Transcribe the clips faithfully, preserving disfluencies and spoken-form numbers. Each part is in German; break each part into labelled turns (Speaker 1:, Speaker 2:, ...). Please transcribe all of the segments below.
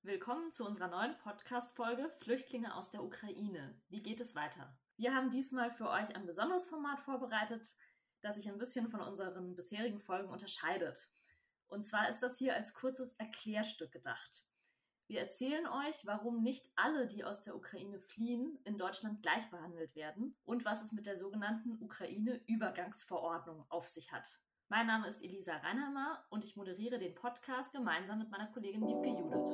Speaker 1: Willkommen zu unserer neuen Podcast-Folge Flüchtlinge aus der Ukraine. Wie geht es weiter? Wir haben diesmal für euch ein besonderes Format vorbereitet, das sich ein bisschen von unseren bisherigen Folgen unterscheidet. Und zwar ist das hier als kurzes Erklärstück gedacht. Wir erzählen euch, warum nicht alle, die aus der Ukraine fliehen, in Deutschland gleich behandelt werden und was es mit der sogenannten Ukraine-Übergangsverordnung auf sich hat. Mein Name ist Elisa Reinhammer und ich moderiere den Podcast gemeinsam mit meiner Kollegin Wiebke Judith.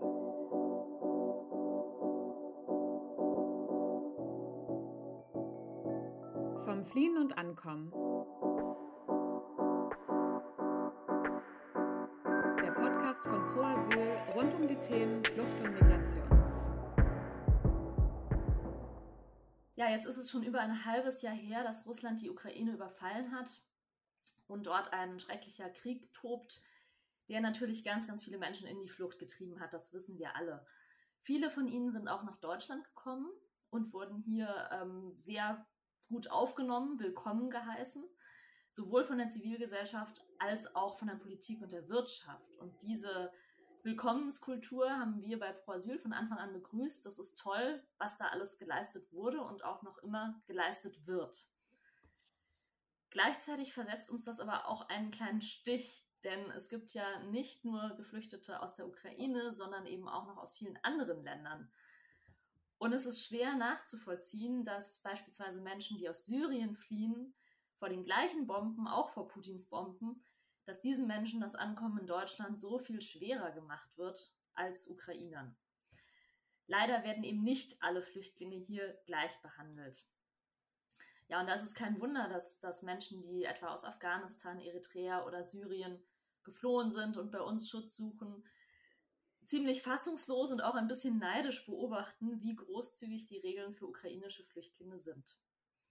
Speaker 2: Vom Fliehen und Ankommen. Der Podcast von Pro Asyl rund um die Themen Flucht und Migration.
Speaker 1: Ja, jetzt ist es schon über ein halbes Jahr her, dass Russland die Ukraine überfallen hat und dort ein schrecklicher Krieg tobt, der natürlich ganz, ganz viele Menschen in die Flucht getrieben hat. Das wissen wir alle. Viele von ihnen sind auch nach Deutschland gekommen und wurden hier ähm, sehr gut aufgenommen, willkommen geheißen, sowohl von der Zivilgesellschaft als auch von der Politik und der Wirtschaft. Und diese Willkommenskultur haben wir bei Pro Asyl von Anfang an begrüßt. Das ist toll, was da alles geleistet wurde und auch noch immer geleistet wird. Gleichzeitig versetzt uns das aber auch einen kleinen Stich, denn es gibt ja nicht nur Geflüchtete aus der Ukraine, sondern eben auch noch aus vielen anderen Ländern. Und es ist schwer nachzuvollziehen, dass beispielsweise Menschen, die aus Syrien fliehen, vor den gleichen Bomben, auch vor Putins Bomben, dass diesen Menschen das Ankommen in Deutschland so viel schwerer gemacht wird als Ukrainern. Leider werden eben nicht alle Flüchtlinge hier gleich behandelt. Ja, und da ist es kein Wunder, dass, dass Menschen, die etwa aus Afghanistan, Eritrea oder Syrien geflohen sind und bei uns Schutz suchen, ziemlich fassungslos und auch ein bisschen neidisch beobachten, wie großzügig die Regeln für ukrainische Flüchtlinge sind.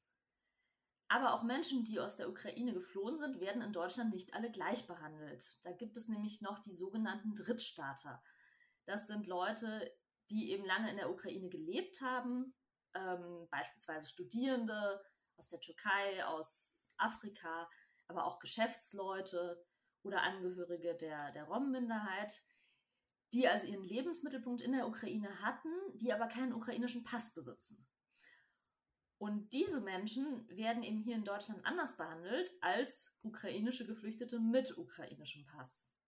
Speaker 1: Aber auch Menschen, die aus der Ukraine geflohen sind, werden in Deutschland nicht alle gleich behandelt. Da gibt es nämlich noch die sogenannten Drittstaater. Das sind Leute, die eben lange in der Ukraine gelebt haben, ähm, beispielsweise Studierende aus der Türkei, aus Afrika, aber auch Geschäftsleute oder Angehörige der, der Rom-Minderheit, die also ihren Lebensmittelpunkt in der Ukraine hatten, die aber keinen ukrainischen Pass besitzen. Und diese Menschen werden eben hier in Deutschland anders behandelt als ukrainische Geflüchtete mit ukrainischem Pass.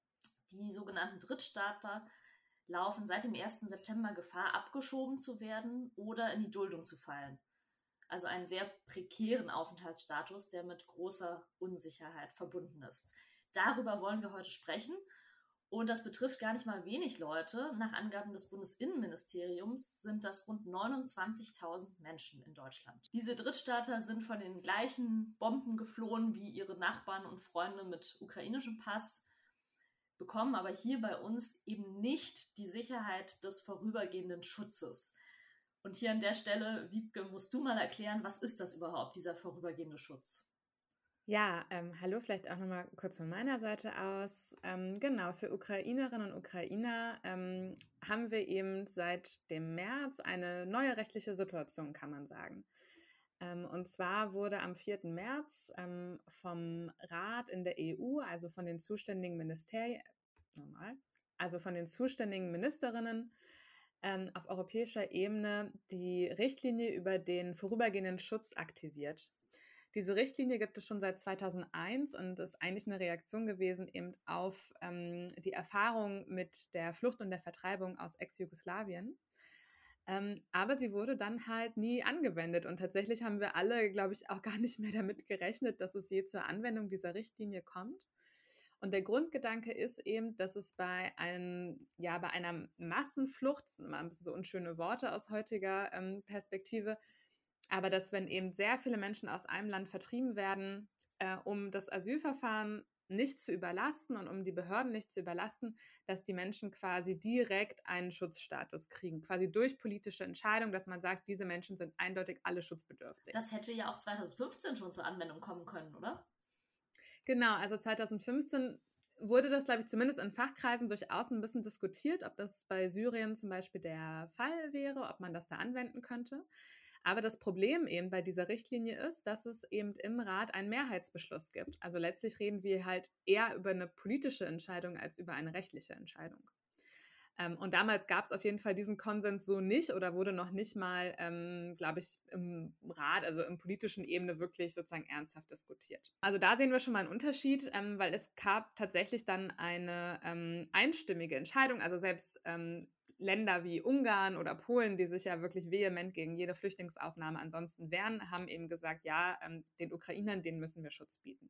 Speaker 1: Die sogenannten Drittstaater laufen seit dem ersten September Gefahr, abgeschoben zu werden oder in die Duldung zu fallen. Also einen sehr prekären Aufenthaltsstatus, der mit großer Unsicherheit verbunden ist. Darüber wollen wir heute sprechen. Und das betrifft gar nicht mal wenig Leute. Nach Angaben des Bundesinnenministeriums sind das rund neunundzwanzigtausend Menschen in Deutschland. Diese Drittstaater sind von den gleichen Bomben geflohen wie ihre Nachbarn und Freunde mit ukrainischem Pass, bekommen aber hier bei uns eben nicht die Sicherheit des vorübergehenden Schutzes. Und hier an der Stelle, Wiebke, musst du mal erklären, was ist das überhaupt, dieser vorübergehende Schutz?
Speaker 2: Ja, ähm, hallo, vielleicht auch nochmal kurz von meiner Seite aus. Ähm, genau, für Ukrainerinnen und Ukrainer ähm, haben wir eben seit dem März eine neue rechtliche Situation, kann man sagen. Ähm, und zwar wurde am vierten März ähm, vom Rat in der E U, also von den zuständigen Ministerien, normal, also von den zuständigen Ministerinnen ähm, auf europäischer Ebene die Richtlinie über den vorübergehenden Schutz aktiviert. Diese Richtlinie gibt es schon seit zweitausendeins und ist eigentlich eine Reaktion gewesen eben auf ähm, die Erfahrung mit der Flucht und der Vertreibung aus Ex-Jugoslawien. Ähm, aber sie wurde dann halt nie angewendet und tatsächlich haben wir alle, glaube ich, auch gar nicht mehr damit gerechnet, dass es je zur Anwendung dieser Richtlinie kommt. Und der Grundgedanke ist eben, dass es bei einem, ja, bei einer Massenflucht, das sind immer ein bisschen so unschöne Worte aus heutiger ähm, Perspektive, aber dass, wenn eben sehr viele Menschen aus einem Land vertrieben werden, äh, um das Asylverfahren nicht zu überlasten und um die Behörden nicht zu überlasten, dass die Menschen quasi direkt einen Schutzstatus kriegen, quasi durch politische Entscheidung, dass man sagt, diese Menschen sind eindeutig alle schutzbedürftig.
Speaker 1: Das hätte ja auch zweitausendfünfzehn schon zur Anwendung kommen können, oder?
Speaker 2: Genau, also zweitausendfünfzehn wurde das, glaube ich, zumindest in Fachkreisen durchaus ein bisschen diskutiert, ob das bei Syrien zum Beispiel der Fall wäre, ob man das da anwenden könnte. Aber das Problem eben bei dieser Richtlinie ist, dass es eben im Rat einen Mehrheitsbeschluss gibt. Also letztlich reden wir halt eher über eine politische Entscheidung als über eine rechtliche Entscheidung. Ähm, und damals gab es auf jeden Fall diesen Konsens so nicht oder wurde noch nicht mal, ähm, glaube ich, im Rat, also im politischen Ebene wirklich sozusagen ernsthaft diskutiert. Also da sehen wir schon mal einen Unterschied, ähm, weil es gab tatsächlich dann eine ähm, einstimmige Entscheidung, also selbst ähm, Länder wie Ungarn oder Polen, die sich ja wirklich vehement gegen jede Flüchtlingsaufnahme ansonsten wehren, haben eben gesagt, ja, ähm, den Ukrainern, denen müssen wir Schutz bieten.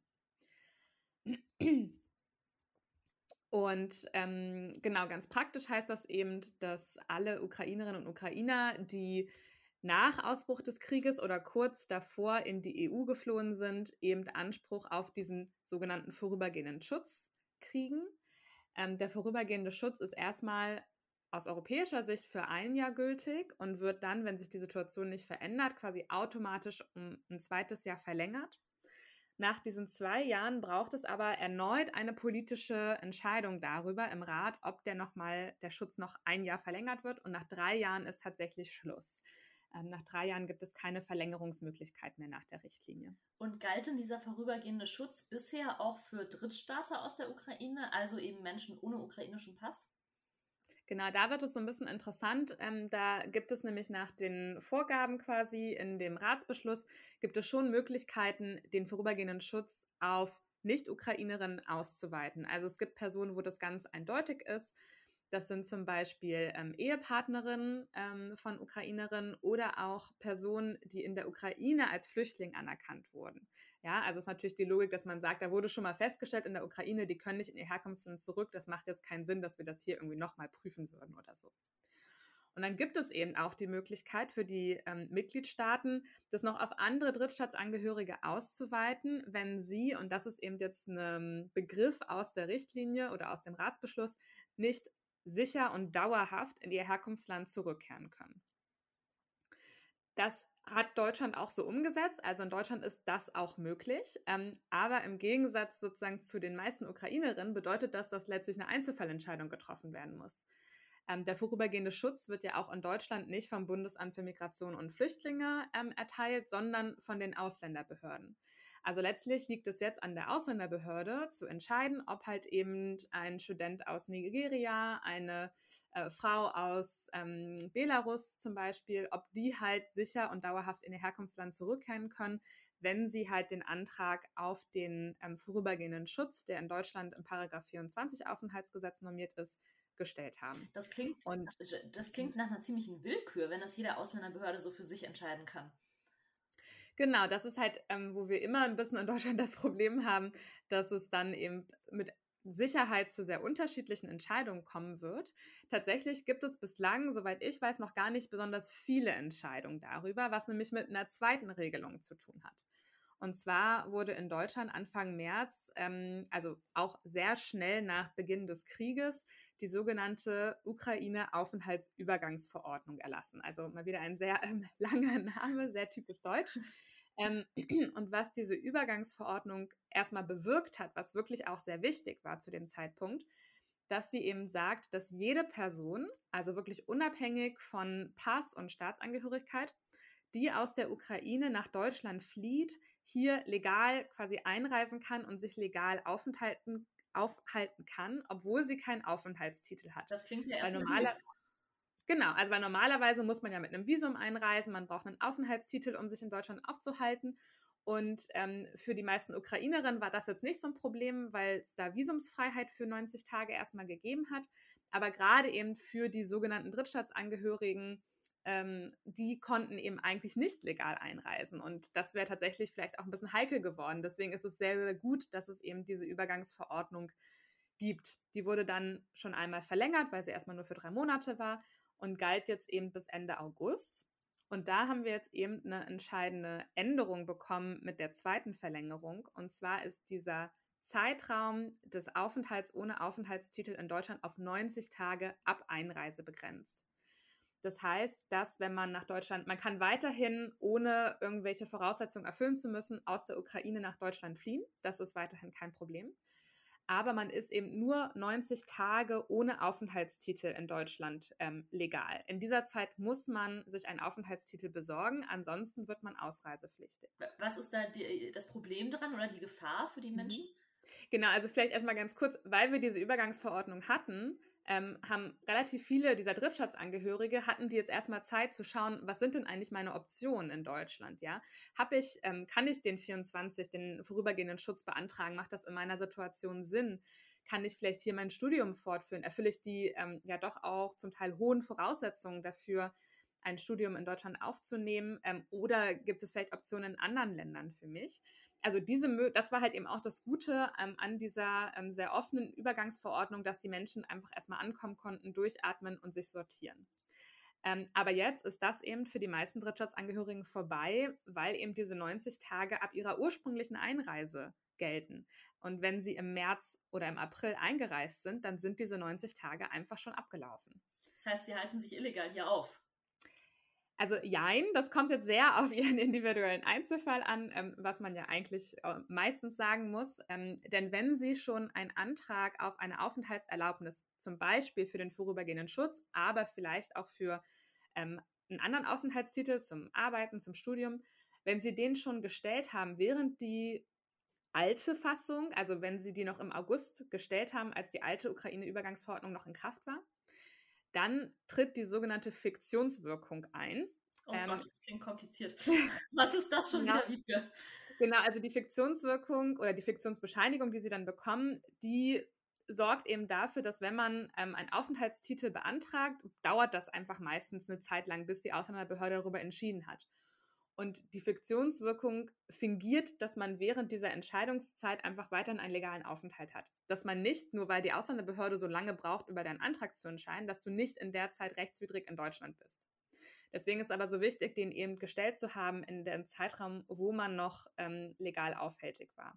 Speaker 2: Und ähm, genau, ganz praktisch heißt das eben, dass alle Ukrainerinnen und Ukrainer, die nach Ausbruch des Krieges oder kurz davor in die E U geflohen sind, eben Anspruch auf diesen sogenannten vorübergehenden Schutz kriegen. Ähm, der vorübergehende Schutz ist erstmal aus europäischer Sicht für ein Jahr gültig und wird dann, wenn sich die Situation nicht verändert, quasi automatisch um ein zweites Jahr verlängert. Nach diesen zwei Jahren braucht es aber erneut eine politische Entscheidung darüber im Rat, ob der, noch mal, der Schutz noch ein Jahr verlängert wird. Und nach drei Jahren ist tatsächlich Schluss. Ähm, nach drei Jahren gibt es keine Verlängerungsmöglichkeit mehr nach der Richtlinie.
Speaker 1: Und galt denn dieser vorübergehende Schutz bisher auch für Drittstaater aus der Ukraine, also eben Menschen ohne ukrainischen Pass?
Speaker 2: Genau, da wird es so ein bisschen interessant. Ähm, da gibt es nämlich nach den Vorgaben quasi in dem Ratsbeschluss, gibt es schon Möglichkeiten, den vorübergehenden Schutz auf Nicht-Ukrainerinnen auszuweiten. Also es gibt Personen, wo das ganz eindeutig ist. Das sind zum Beispiel ähm, Ehepartnerinnen ähm, von Ukrainerinnen oder auch Personen, die in der Ukraine als Flüchtling anerkannt wurden. Ja, also ist natürlich die Logik, dass man sagt, da wurde schon mal festgestellt in der Ukraine, die können nicht in ihr Herkunftsland zurück. Das macht jetzt keinen Sinn, dass wir das hier irgendwie nochmal prüfen würden oder so. Und dann gibt es eben auch die Möglichkeit für die ähm, Mitgliedstaaten, das noch auf andere Drittstaatsangehörige auszuweiten, wenn sie, und das ist eben jetzt ein Begriff aus der Richtlinie oder aus dem Ratsbeschluss, nicht sicher und dauerhaft in ihr Herkunftsland zurückkehren können. Das hat Deutschland auch so umgesetzt. Also in Deutschland ist das auch möglich. Ähm, aber im Gegensatz sozusagen zu den meisten Ukrainerinnen bedeutet das, dass letztlich eine Einzelfallentscheidung getroffen werden muss. Ähm, der vorübergehende Schutz wird ja auch in Deutschland nicht vom Bundesamt für Migration und Flüchtlinge ähm, erteilt, sondern von den Ausländerbehörden. Also letztlich liegt es jetzt an der Ausländerbehörde zu entscheiden, ob halt eben ein Student aus Nigeria, eine äh, Frau aus ähm, Belarus zum Beispiel, ob die halt sicher und dauerhaft in ihr Herkunftsland zurückkehren können, wenn sie halt den Antrag auf den ähm, vorübergehenden Schutz, der in Deutschland im Paragraph vierundzwanzig Aufenthaltsgesetz normiert ist, gestellt haben.
Speaker 1: Das klingt,
Speaker 2: und
Speaker 1: das klingt nach einer ziemlichen Willkür, wenn das jede Ausländerbehörde so für sich entscheiden kann.
Speaker 2: Genau, das ist halt, ähm, wo wir immer ein bisschen in Deutschland das Problem haben, dass es dann eben mit Sicherheit zu sehr unterschiedlichen Entscheidungen kommen wird. Tatsächlich gibt es bislang, soweit ich weiß, noch gar nicht besonders viele Entscheidungen darüber, was nämlich mit einer zweiten Regelung zu tun hat. Und zwar wurde in Deutschland Anfang März, ähm, also auch sehr schnell nach Beginn des Krieges, die sogenannte Ukraine-Aufenthaltsübergangsverordnung erlassen. Also mal wieder ein sehr ähm, langer Name, sehr typisch deutsch. Ähm, und was diese Übergangsverordnung erstmal bewirkt hat, was wirklich auch sehr wichtig war zu dem Zeitpunkt, dass sie eben sagt, dass jede Person, also wirklich unabhängig von Pass und Staatsangehörigkeit, die aus der Ukraine nach Deutschland flieht, hier legal quasi einreisen kann und sich legal aufenthalten, aufhalten kann, obwohl sie keinen Aufenthaltstitel hat.
Speaker 1: Das klingt ja
Speaker 2: Weil
Speaker 1: erstmal
Speaker 2: normaler,
Speaker 1: gut.
Speaker 2: Genau, also weil normalerweise muss man ja mit einem Visum einreisen, man braucht einen Aufenthaltstitel, um sich in Deutschland aufzuhalten. Und ähm, für die meisten Ukrainerinnen war das jetzt nicht so ein Problem, weil es da Visumsfreiheit für neunzig Tage erstmal gegeben hat. Aber gerade eben für die sogenannten Drittstaatsangehörigen, ähm, die konnten eben eigentlich nicht legal einreisen. Und das wäre tatsächlich vielleicht auch ein bisschen heikel geworden. Deswegen ist es sehr, sehr gut, dass es eben diese Übergangsverordnung gibt. Die wurde dann schon einmal verlängert, weil sie erstmal nur für drei Monate war und galt jetzt eben bis Ende August. Und da haben wir jetzt eben eine entscheidende Änderung bekommen mit der zweiten Verlängerung. Und zwar ist dieser Zeitraum des Aufenthalts ohne Aufenthaltstitel in Deutschland auf neunzig Tage ab Einreise begrenzt. Das heißt, dass wenn man nach Deutschland, man kann weiterhin, ohne irgendwelche Voraussetzungen erfüllen zu müssen, aus der Ukraine nach Deutschland fliehen. Das ist weiterhin kein Problem. Aber man ist eben nur neunzig Tage ohne Aufenthaltstitel in Deutschland ähm, legal. In dieser Zeit muss man sich einen Aufenthaltstitel besorgen, ansonsten wird man ausreisepflichtig.
Speaker 1: Was ist da die, das Problem dran oder die Gefahr für die Menschen?
Speaker 2: Mhm. Genau, also vielleicht erstmal ganz kurz, weil wir diese Übergangsverordnung hatten, ähm, haben relativ viele dieser Drittstaatsangehörige, hatten die jetzt erstmal Zeit zu schauen, was sind denn eigentlich meine Optionen in Deutschland, ja? Hab ich, ähm, kann ich den vierundzwanzig, den vorübergehenden Schutz beantragen? Macht das in meiner Situation Sinn? Kann ich vielleicht hier mein Studium fortführen? Erfülle ich die ähm, ja doch auch zum Teil hohen Voraussetzungen dafür, ein Studium in Deutschland aufzunehmen? Ähm, oder gibt es vielleicht Optionen in anderen Ländern für mich? Also diese, das war halt eben auch das Gute ähm, an dieser ähm, sehr offenen Übergangsverordnung, dass die Menschen einfach erstmal ankommen konnten, durchatmen und sich sortieren. Ähm, aber jetzt ist das eben für die meisten Drittstaatsangehörigen vorbei, weil eben diese neunzig Tage ab ihrer ursprünglichen Einreise gelten. Und wenn sie im März oder im April eingereist sind, dann sind diese neunzig Tage einfach schon abgelaufen.
Speaker 1: Das heißt, sie halten sich illegal hier auf?
Speaker 2: Also jein, das kommt jetzt sehr auf Ihren individuellen Einzelfall an, ähm, was man ja eigentlich äh, meistens sagen muss. Ähm, denn wenn Sie schon einen Antrag auf eine Aufenthaltserlaubnis, zum Beispiel für den vorübergehenden Schutz, aber vielleicht auch für ähm, einen anderen Aufenthaltstitel zum Arbeiten, zum Studium, wenn Sie den schon gestellt haben, während die alte Fassung, also wenn Sie die noch im August gestellt haben, als die alte Ukraine-Übergangsverordnung noch in Kraft war, dann tritt die sogenannte Fiktionswirkung ein.
Speaker 1: Oh
Speaker 2: ähm,
Speaker 1: Gott, das klingt kompliziert. Was ist das schon
Speaker 2: genau,
Speaker 1: wieder, Wiebke?
Speaker 2: Genau, also die Fiktionswirkung oder die Fiktionsbescheinigung, die Sie dann bekommen, die sorgt eben dafür, dass wenn man ähm, einen Aufenthaltstitel beantragt, dauert das einfach meistens eine Zeit lang, bis die Ausländerbehörde darüber entschieden hat. Und die Fiktionswirkung fingiert, dass man während dieser Entscheidungszeit einfach weiterhin einen legalen Aufenthalt hat. Dass man nicht, nur weil die Ausländerbehörde so lange braucht, über deinen Antrag zu entscheiden, dass du nicht in der Zeit rechtswidrig in Deutschland bist. Deswegen ist aber so wichtig, den eben gestellt zu haben in dem Zeitraum, wo man noch ähm, legal aufhältig war.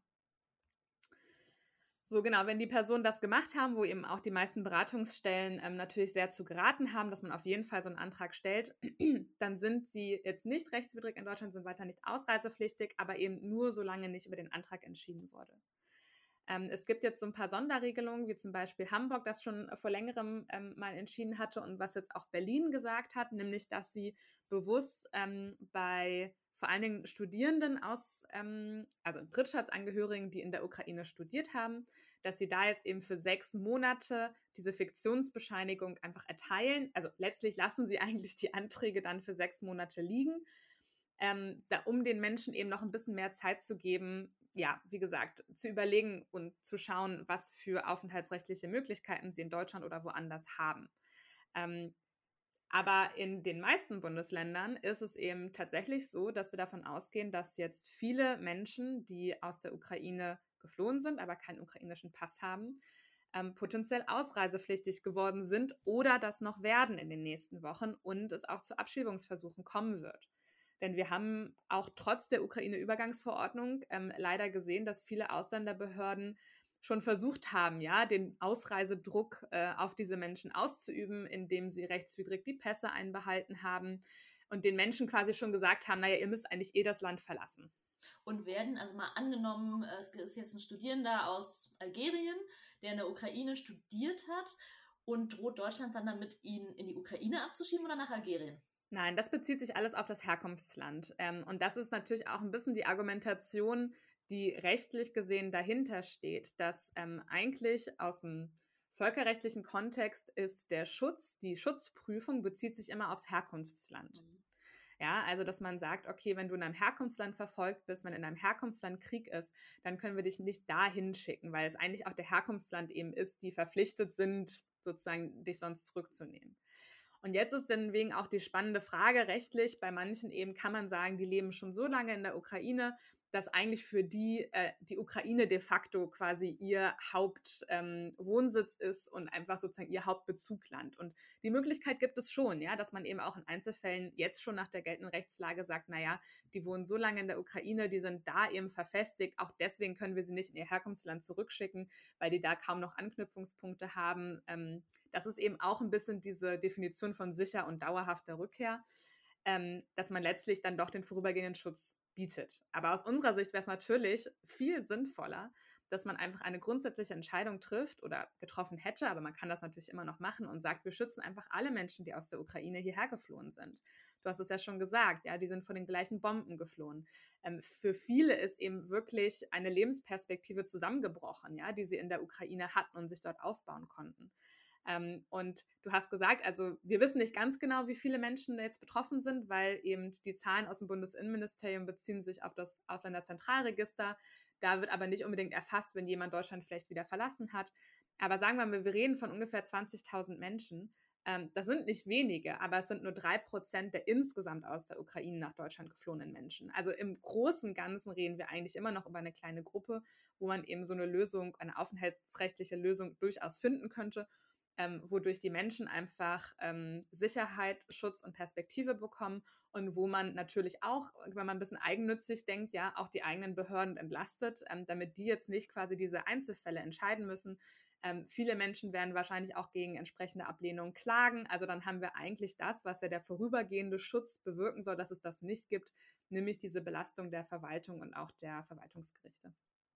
Speaker 2: So genau, wenn die Personen das gemacht haben, wo eben auch die meisten Beratungsstellen ähm, natürlich sehr zu geraten haben, dass man auf jeden Fall so einen Antrag stellt, dann sind sie jetzt nicht rechtswidrig in Deutschland, sind weiter nicht ausreisepflichtig, aber eben nur solange nicht über den Antrag entschieden wurde. Ähm, es gibt jetzt so ein paar Sonderregelungen, wie zum Beispiel Hamburg das schon vor längerem ähm, mal entschieden hatte und was jetzt auch Berlin gesagt hat, nämlich, dass sie bewusst ähm, bei vor allen Dingen Studierenden aus, ähm, also Drittstaatsangehörigen, die in der Ukraine studiert haben, dass sie da jetzt eben für sechs Monate diese Fiktionsbescheinigung einfach erteilen. Also letztlich lassen sie eigentlich die Anträge dann für sechs Monate liegen, ähm, da, um den Menschen eben noch ein bisschen mehr Zeit zu geben, ja, wie gesagt, zu überlegen und zu schauen, was für aufenthaltsrechtliche Möglichkeiten sie in Deutschland oder woanders haben. Ähm, aber in den meisten Bundesländern ist es eben tatsächlich so, dass wir davon ausgehen, dass jetzt viele Menschen, die aus der Ukraine geflohen sind, aber keinen ukrainischen Pass haben, ähm, potenziell ausreisepflichtig geworden sind oder das noch werden in den nächsten Wochen und es auch zu Abschiebungsversuchen kommen wird. Denn wir haben auch trotz der Ukraine-Übergangsverordnung ähm, leider gesehen, dass viele Ausländerbehörden schon versucht haben, ja, den Ausreisedruck äh, auf diese Menschen auszuüben, indem sie rechtswidrig die Pässe einbehalten haben und den Menschen quasi schon gesagt haben, naja, ihr müsst eigentlich eh das Land verlassen.
Speaker 1: Und werden, also mal angenommen, es ist jetzt ein Studierender aus Algerien, der in der Ukraine studiert hat und droht Deutschland dann damit, ihn in die Ukraine abzuschieben oder nach Algerien?
Speaker 2: Nein, das bezieht sich alles auf das Herkunftsland. Ähm, und das ist natürlich auch ein bisschen die Argumentation, die rechtlich gesehen dahinter steht, dass ähm, eigentlich aus dem völkerrechtlichen Kontext ist der Schutz, die Schutzprüfung bezieht sich immer aufs Herkunftsland. Mhm. Ja, also dass man sagt, okay, wenn du in einem Herkunftsland verfolgt bist, wenn in einem Herkunftsland Krieg ist, dann können wir dich nicht dahin schicken, weil es eigentlich auch der Herkunftsland eben ist, die verpflichtet sind, sozusagen dich sonst zurückzunehmen. Und jetzt ist dann wegen auch die spannende Frage rechtlich, bei manchen eben kann man sagen, die leben schon so lange in der Ukraine, dass eigentlich für die äh, die Ukraine de facto quasi ihr Hauptwohnsitz ähm, ist und einfach sozusagen ihr Hauptbezugland. Und die Möglichkeit gibt es schon, ja, dass man eben auch in Einzelfällen jetzt schon nach der geltenden Rechtslage sagt, naja, die wohnen so lange in der Ukraine, die sind da eben verfestigt, auch deswegen können wir sie nicht in ihr Herkunftsland zurückschicken, weil die da kaum noch Anknüpfungspunkte haben. Ähm, das ist eben auch ein bisschen diese Definition von sicher und dauerhafter Rückkehr, ähm, dass man letztlich dann doch den vorübergehenden Schutz bietet. Aber aus unserer Sicht wäre es natürlich viel sinnvoller, dass man einfach eine grundsätzliche Entscheidung trifft oder getroffen hätte, aber man kann das natürlich immer noch machen und sagt, wir schützen einfach alle Menschen, die aus der Ukraine hierher geflohen sind. Du hast es ja schon gesagt, ja, die sind vor den gleichen Bomben geflohen. Ähm, für viele ist eben wirklich eine Lebensperspektive zusammengebrochen, ja, die sie in der Ukraine hatten und sich dort aufbauen konnten. Ähm, und du hast gesagt, also wir wissen nicht ganz genau, wie viele Menschen jetzt betroffen sind, weil eben die Zahlen aus dem Bundesinnenministerium beziehen sich auf das Ausländerzentralregister. Da wird aber nicht unbedingt erfasst, wenn jemand Deutschland vielleicht wieder verlassen hat. Aber sagen wir mal, wir reden von ungefähr zwanzigtausend Menschen. Ähm, das sind nicht wenige, aber es sind nur drei Prozent der insgesamt aus der Ukraine nach Deutschland geflohenen Menschen. Also im Großen und Ganzen reden wir eigentlich immer noch über eine kleine Gruppe, wo man eben so eine Lösung, eine aufenthaltsrechtliche Lösung durchaus finden könnte, ähm, wodurch die Menschen einfach ähm, Sicherheit, Schutz und Perspektive bekommen und wo man natürlich auch, wenn man ein bisschen eigennützig denkt, ja, auch die eigenen Behörden entlastet, ähm, damit die jetzt nicht quasi diese Einzelfälle entscheiden müssen. Ähm, viele Menschen werden wahrscheinlich auch gegen entsprechende Ablehnung klagen. Also dann haben wir eigentlich das, was ja der vorübergehende Schutz bewirken soll, dass es das nicht gibt, nämlich diese Belastung der Verwaltung und auch der Verwaltungsgerichte.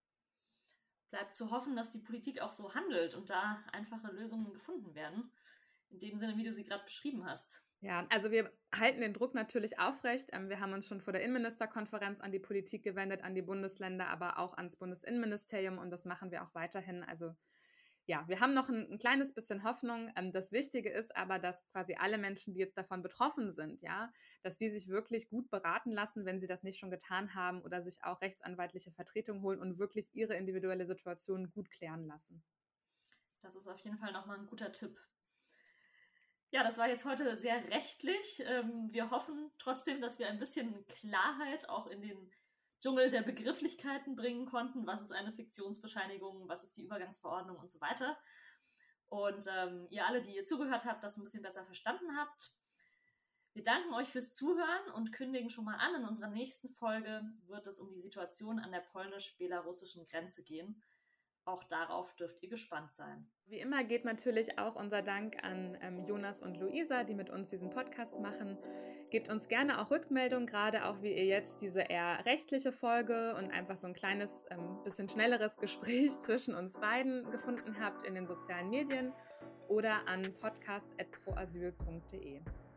Speaker 1: Bleibt zu hoffen, dass die Politik auch so handelt und da einfache Lösungen gefunden werden. In dem Sinne, wie du sie gerade beschrieben hast.
Speaker 2: Ja, also wir halten den Druck natürlich aufrecht. Wir haben uns schon vor der Innenministerkonferenz an die Politik gewendet, an die Bundesländer, aber auch ans Bundesinnenministerium und das machen wir auch weiterhin. Also ja, wir haben noch ein, ein kleines bisschen Hoffnung. Das Wichtige ist aber, dass quasi alle Menschen, die jetzt davon betroffen sind, ja, dass die sich wirklich gut beraten lassen, wenn sie das nicht schon getan haben oder sich auch rechtsanwaltliche Vertretung holen und wirklich ihre individuelle Situation gut klären lassen.
Speaker 1: Das ist auf jeden Fall nochmal ein guter Tipp. Ja, das war jetzt heute sehr rechtlich. Wir hoffen trotzdem, dass wir ein bisschen Klarheit auch in den Dschungel der Begrifflichkeiten bringen konnten. Was ist eine Fiktionsbescheinigung? Was ist die Übergangsverordnung und so weiter? Und ähm, ihr alle, die ihr zugehört habt, das ein bisschen besser verstanden habt. Wir danken euch fürs Zuhören und kündigen schon mal an, in unserer nächsten Folge wird es um die Situation an der polnisch-belarussischen Grenze gehen. Auch darauf dürft ihr gespannt sein.
Speaker 2: Wie immer geht natürlich auch unser Dank an ähm, Jonas und Luisa, die mit uns diesen Podcast machen. Gebt uns gerne auch Rückmeldungen, gerade auch wie ihr jetzt diese eher rechtliche Folge und einfach so ein kleines, ähm, bisschen schnelleres Gespräch zwischen uns beiden gefunden habt in den sozialen Medien oder an podcast at proasyl punkt de.